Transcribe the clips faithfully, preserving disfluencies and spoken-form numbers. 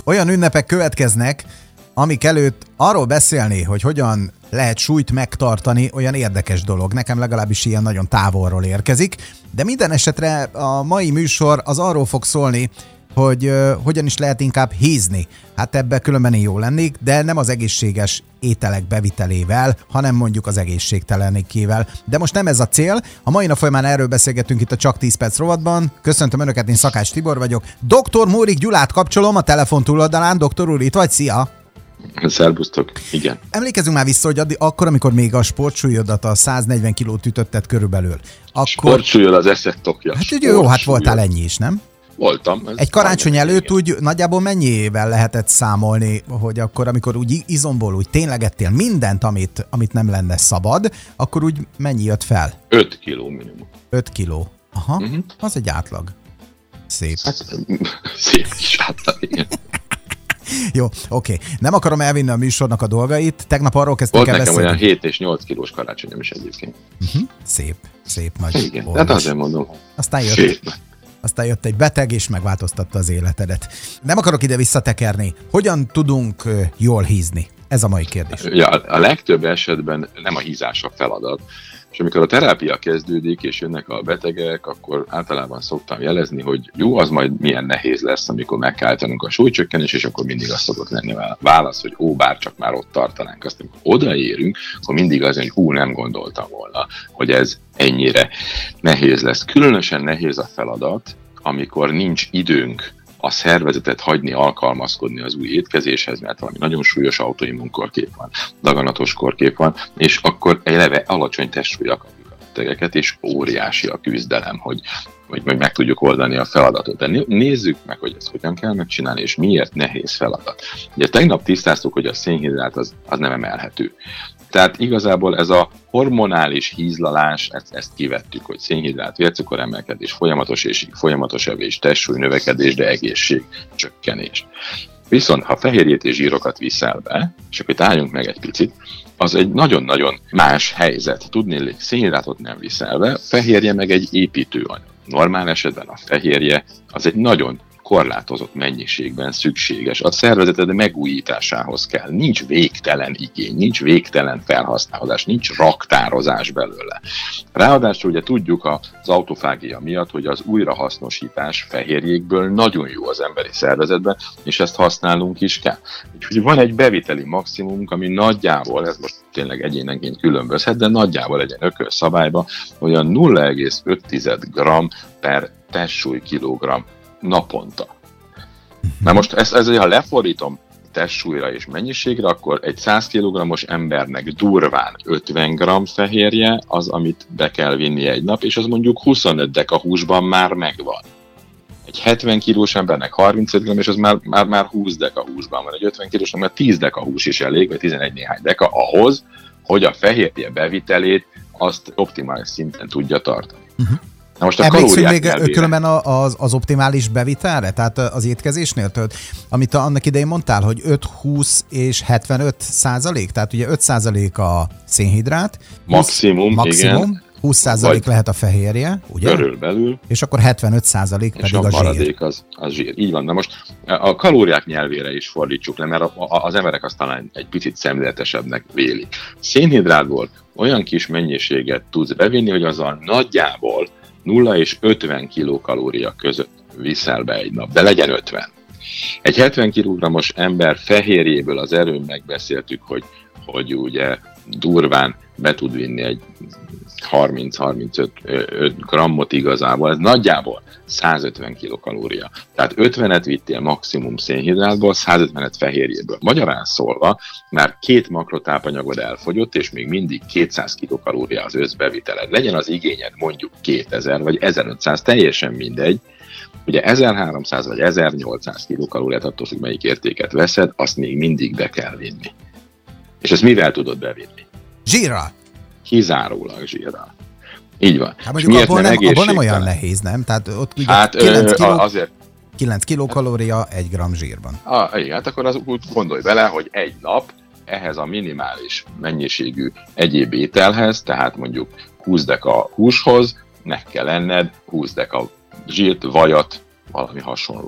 olyan ünnepek következnek, amik előtt arról beszélni, hogy hogyan lehet súlyt megtartani, olyan érdekes dolog. Nekem legalábbis ilyen nagyon távolról érkezik. De minden esetre a mai műsor az arról fog szólni, hogy uh, hogyan is lehet inkább hízni. Hát ebbe különben én jó lennék, de nem az egészséges ételek bevitelével, hanem mondjuk az egészségtelenékével. De most nem ez a cél. A mai nap folyamán erről beszélgetünk itt a Csak tíz perc rovatban. Köszöntöm Önöket, én Szakács Tibor vagyok. doktor Mórik Gyulát kapcsolom a telefon túloldalán. Doktor úr, itt vagy? Szia! Szerbusztok, igen. Emlékezzünk már vissza, hogy addig, akkor, amikor még a sportsúlyodat a száznegyven kilót ütötted körülbelül. Akkor... Sportsúlyod az eszek tokja. Hát ugye jó, hát voltál ennyi is, nem? Voltam. Egy karácsony előtt igen. Úgy nagyjából mennyivel lehetett számolni, hogy akkor, amikor úgy izomból úgy tényleg ettél mindent, amit, amit nem lenne szabad, akkor úgy mennyi jött fel? öt kiló minimum. öt kiló. Aha, uh-huh. Az egy átlag. Szép. Hát, szép is átlag, igen. Jó, oké. Okay. Nem akarom elvinni a műsornak a dolgait. Tegnap arról kezdtünk el beszélni. Volt nekem olyan hét és nyolc kilós karácsonyom is egyébként. Uh-huh. Szép, szép nagy. Igen, hát azért mondom. Aztán jött, aztán jött egy beteg, és megváltoztatta az életedet. Nem akarok ide visszatekerni. Hogyan tudunk jól hízni? Ez a mai kérdés. Ja, a legtöbb esetben nem a hízás a feladat. És amikor a terápia kezdődik, és jönnek a betegek, akkor általában szoktam jelezni, hogy jó, az majd milyen nehéz lesz, amikor meg kell állítanunk a súlycsökkenés, és akkor mindig az szokott lenni a válasz, hogy ó, bár csak már ott tartanánk. Azt, amikor odaérünk, akkor mindig az, hogy hú, nem gondoltam volna, hogy ez ennyire nehéz lesz. Különösen nehéz a feladat, amikor nincs időnk a szervezetet hagyni alkalmazkodni az új étkezéshez, mert valami nagyon súlyos autoimmunkorkép van, daganatos korkép van, és akkor eleve alacsony testsúlya kapjuk a betegeket, és óriási a küzdelem, hogy, hogy meg, meg tudjuk oldani a feladatot. De nézzük meg, hogy ezt hogyan kell megcsinálni, és miért nehéz feladat. Ugye tegnap tisztáztuk, hogy a szénhidrát az, az nem emelhető. Tehát igazából ez a hormonális hízlalás, ezt, ezt kivettük, hogy szénhidrát, vércukor emelkedés, folyamatos éjség, folyamatos evés, testsúly növekedés, de egészség csökkenés. Viszont ha fehérjét és zsírokat viszel be, és akkor itt álljunk meg egy picit, az egy nagyon-nagyon más helyzet. Tudnélik, szénhidrátot nem viszel be, fehérje meg egy építőanyag. Normál esetben a fehérje az egy nagyon korlátozott mennyiségben szükséges. A szervezeted megújításához kell. Nincs végtelen igény, nincs végtelen felhasználás, nincs raktározás belőle. Ráadásul ugye tudjuk az autofágia miatt, hogy az újrahasznosítás fehérjékből nagyon jó az emberi szervezetben, és ezt használnunk is kell. Úgyhogy van egy beviteli maximumunk, ami nagyjából, ez most tényleg egyénenként különbözhet, de nagyjából egy ökölszabályban olyan nulla egész öt gramm per testsúly kilogramm naponta. Na most ezt, ezt, ha lefordítom testsúlyra és mennyiségre, akkor egy száz kilogrammos embernek durván ötven gramm fehérje az, amit be kell vinni egy nap, és az mondjuk huszonöt deka húsban már megvan. Egy hetven kilós embernek harmincöt gramm, és az már, már, már húsz deka húsban van. Egy ötven kilósnak már tíz deka hús is elég, vagy tizenegy néhány deka ahhoz, hogy a fehérje bevitelét azt optimális szinten tudja tartani. Uh-huh. Na most a emlékszünk még elvére. Különben az, az optimális bevitelre, tehát az étkezésnél, tőled, amit annak idején mondtál, hogy öt, húsz és hetvenöt százalék, tehát ugye öt százalék a szénhidrát, maximum, maximum igen. húsz százalék lehet a fehérje, ugye? Körülbelül. És akkor hetvenöt százalék pedig a, a zsír. maradék az, az zsír. Így van. Na most a kalóriák nyelvére is fordítsuk le, mert a, a, az emberek azt talán egy picit szemléletesebbnek vélik. Szénhidrátból olyan kis mennyiséget tudsz bevinni, hogy azzal nagyjából nulla és ötven kilokalória között viszel be egy nap, de legyen ötven. Egy hetven kilogrammos ember fehérjéből az erőn megbeszéltük, hogy, hogy ugye durván be tud vinni egy harminc-harmincöt grammot igazából, ez nagyjából százötven kilokalória. Tehát ötvenet vittél maximum szénhidrátból, százötvenet fehérjéből. Magyarán szólva, már két makrotápanyagod elfogyott, és még mindig kétszáz kilokalória az összbeviteled. Legyen az igényed mondjuk kétezer vagy ezerötszáz, teljesen mindegy. Ugye ezerháromszáz vagy ezernyolcszáz kilokalóriát, attól függ, melyik értéket veszed, azt még mindig be kell vinni. És ezt mivel tudod bevinni? Zsírral. Kizárólag zsírral. Így van. Hát mondjuk abból nem, abból nem olyan nehéz, nem? Tehát ott ugye hát, kilenc, kiló, azért, kilenc kilokalória egy gramm zsírban. Ah, igen, hát akkor az úgy gondolj bele, hogy egy nap ehhez a minimális mennyiségű egyéb ételhez, tehát mondjuk húsz deka húshoz meg kell enned húsz deka zsírt, vajat, valami hasonlót.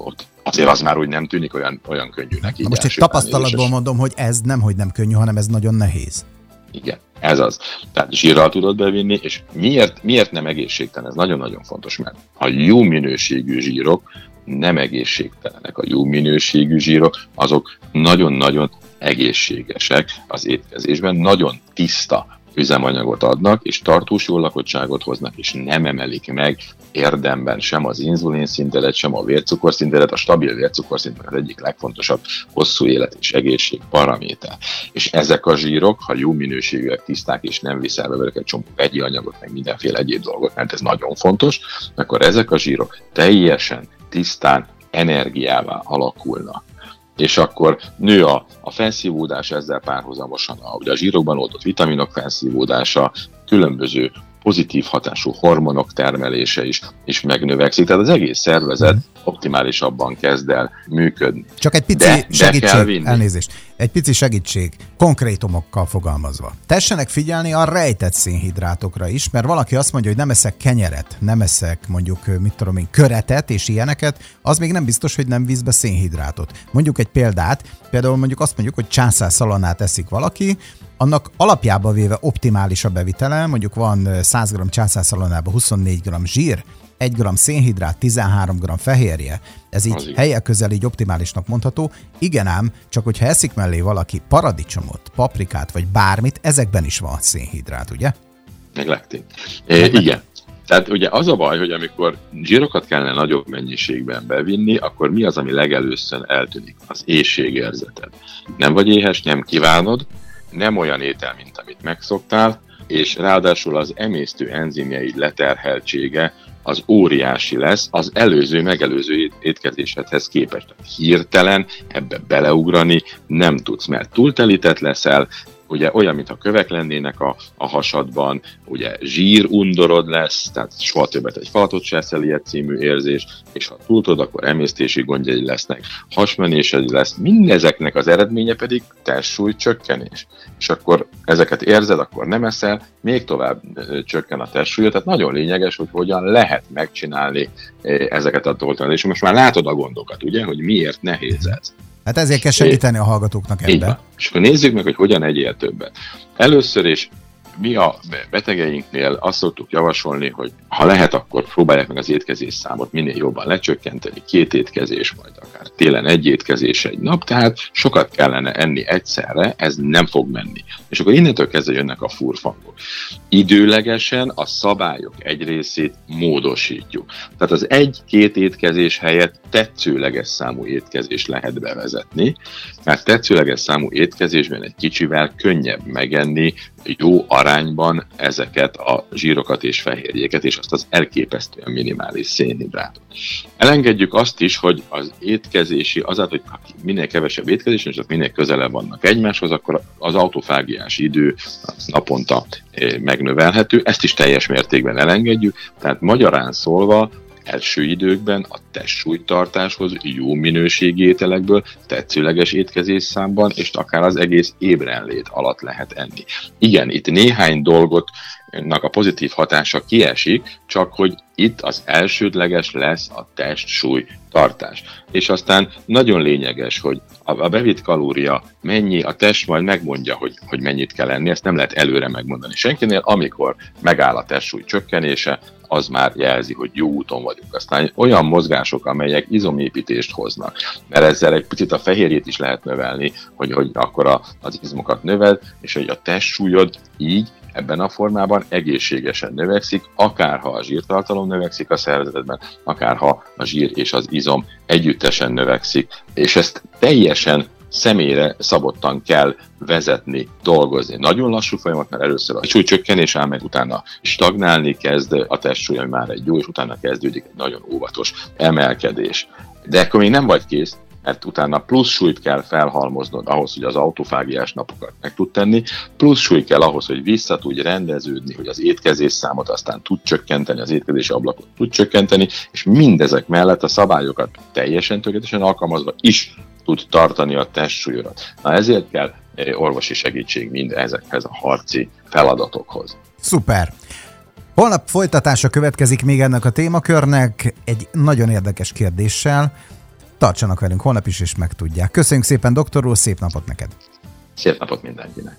azért az már úgy nem tűnik olyan, olyan könnyűnek. Na most egy tapasztalatból mondom, hogy ez nem, hogy nem könnyű, hanem ez nagyon nehéz. Igen, ez az. Tehát zsírral tudod bevinni, és miért, miért nem egészségtelen? Ez nagyon-nagyon fontos, mert a jó minőségű zsírok nem egészségtelenek. A jó minőségű zsírok, azok nagyon-nagyon egészségesek az étkezésben, nagyon tiszta üzemanyagot adnak, és tartós jól lakottságot hoznak, és nem emelik meg érdemben sem az inzulin szintedet, sem a vércukorszintedet. A stabil vércukorszint az egyik legfontosabb hosszú élet és egészség paraméter. És ezek a zsírok, ha jó minőségűek, tiszták, és nem viszel be velük egy csomó vegyi anyagot, meg mindenféle egyéb dolgot, mert ez nagyon fontos, akkor ezek a zsírok teljesen tisztán energiává alakulnak. És akkor nő a, a felszívódás ezzel párhuzamosan, a, ugye a zsírokban oldott vitaminok felszívódása, különböző pozitív hatású hormonok termelése is, is megnövekszik, tehát az egész szervezet optimálisabban kezd el működni. Csak egy pici de, segítség, de elnézést, egy pici segítség, konkrétumokkal fogalmazva. Tessenek figyelni a rejtett szénhidrátokra is, mert valaki azt mondja, hogy nem eszek kenyeret, nem eszek mondjuk, mit tudom én, köretet és ilyeneket, az még nem biztos, hogy nem visz be szénhidrátot. Mondjuk egy példát, például mondjuk azt mondjuk, hogy császárszalonnát eszik valaki, annak alapjába véve optimális a bevitele, mondjuk van száz gramm császárszalonnában huszonnégy gramm zsír, egy gramm szénhidrát, tizenhárom gramm fehérje. Ez így Azért. helye közel így optimálisnak mondható. Igen ám, csak hogyha eszik mellé valaki paradicsomot, paprikát vagy bármit, ezekben is van szénhidrát, ugye? Meg lektin. É, igen. Tehát ugye az a baj, hogy amikor zsírokat kellene nagyobb mennyiségben bevinni, akkor mi az, ami legelőször eltűnik? Az éhségérzeted. Nem vagy éhes, nem kívánod, nem olyan étel, mint amit megszoktál, és ráadásul az emésztő enzimjeid leterheltsége az óriási lesz az előző, megelőző étkezésedhez képest. Hirtelen ebbe beleugrani nem tudsz, mert túltelített leszel, ugye olyan, mintha kövek lennének a, a hasadban, ugye zsírundorod lesz, tehát soha többet egy falatot se eszel, ilyet című érzés, és ha túltod, akkor emésztési gondjai lesznek, hasmenésed lesz, mindezeknek az eredménye pedig testsúly csökkenés. És akkor ezeket érzed, akkor nem eszel, még tovább csökken a testsúlyod, tehát nagyon lényeges, hogy hogyan lehet megcsinálni ezeket a dolgokat. És most már látod a gondokat, ugye, hogy miért nehéz ez. Hát ezért kell segíteni a hallgatóknak ebben. És akkor nézzük meg, hogy hogyan egyél többet. Először is mi a betegeinknél azt szoktuk javasolni, hogy ha lehet, akkor próbálják meg az étkezés számot minél jobban lecsökkenteni, két étkezés, majd akár télen egy étkezés egy nap, tehát sokat kellene enni egyszerre, ez nem fog menni. És akkor innentől kezdve jönnek a furfangok. Időlegesen a szabályok egy részét módosítjuk. Tehát az egy-két étkezés helyett tetszőleges számú étkezés lehet bevezetni, mert tetszőleges számú étkezésben egy kicsivel könnyebb megenni jó arányban ezeket a zsírokat és fehérjéket, és azt az elképesztően minimális szénhidrátot. Elengedjük azt is, hogy az étkezési, azáltal, hogy minél kevesebb étkezés, és minél közelebb vannak egymáshoz, akkor az autofágiás idő naponta megnövelhető, ezt is teljes mértékben elengedjük, tehát magyarán szólva, első időkben a testsúlytartáshoz jó minőségi ételekből, tetszőleges étkezés számban, és akár az egész ébrenlét alatt lehet enni. Igen, itt néhány dolgotnak a pozitív hatása kiesik, csak hogy itt az elsődleges lesz a testsúly tartás. És aztán nagyon lényeges, hogy a bevitt kalória mennyi, a test majd megmondja, hogy, hogy mennyit kell enni, ezt nem lehet előre megmondani senkinél, amikor megáll a testsúly csökkenése, az már jelzi, hogy jó úton vagyunk. Aztán olyan mozgások, amelyek izomépítést hoznak, mert ezzel egy picit a fehérjét is lehet növelni, hogy, hogy akkor a, az izmokat növeld, és hogy a testsúlyod így ebben a formában egészségesen növekszik, akárha a zsírtartalom növekszik a szervezetedben, akárha a zsír és az izom együttesen növekszik, és ezt teljesen személyre szabottan kell vezetni, dolgozni. Nagyon lassú folyamat, mert először a súlycsökkenés áll meg, utána stagnálni kezd a testsúly, ami már egy jó, és utána kezdődik egy nagyon óvatos emelkedés. De akkor még nem vagy kész, mert utána plusz súlyt kell felhalmoznod ahhoz, hogy az autofágiás napokat meg tud tenni, plusz súly kell ahhoz, hogy vissza tudj rendeződni, hogy az étkezés számot aztán tud csökkenteni, az étkezési ablakot tud csökkenteni, és mindezek mellett a szabályokat teljesen tökéletesen alkalmazva is tud tartani a testsúlyodat. Na ezért kell orvosi segítség mind ezekhez a harci feladatokhoz. Szuper! Holnap folytatása következik még ennek a témakörnek egy nagyon érdekes kérdéssel. tartsanak velünk holnap is, és megtudják. Köszönjük szépen, doktor úr, szép napot neked! Szép napot mindenkinek!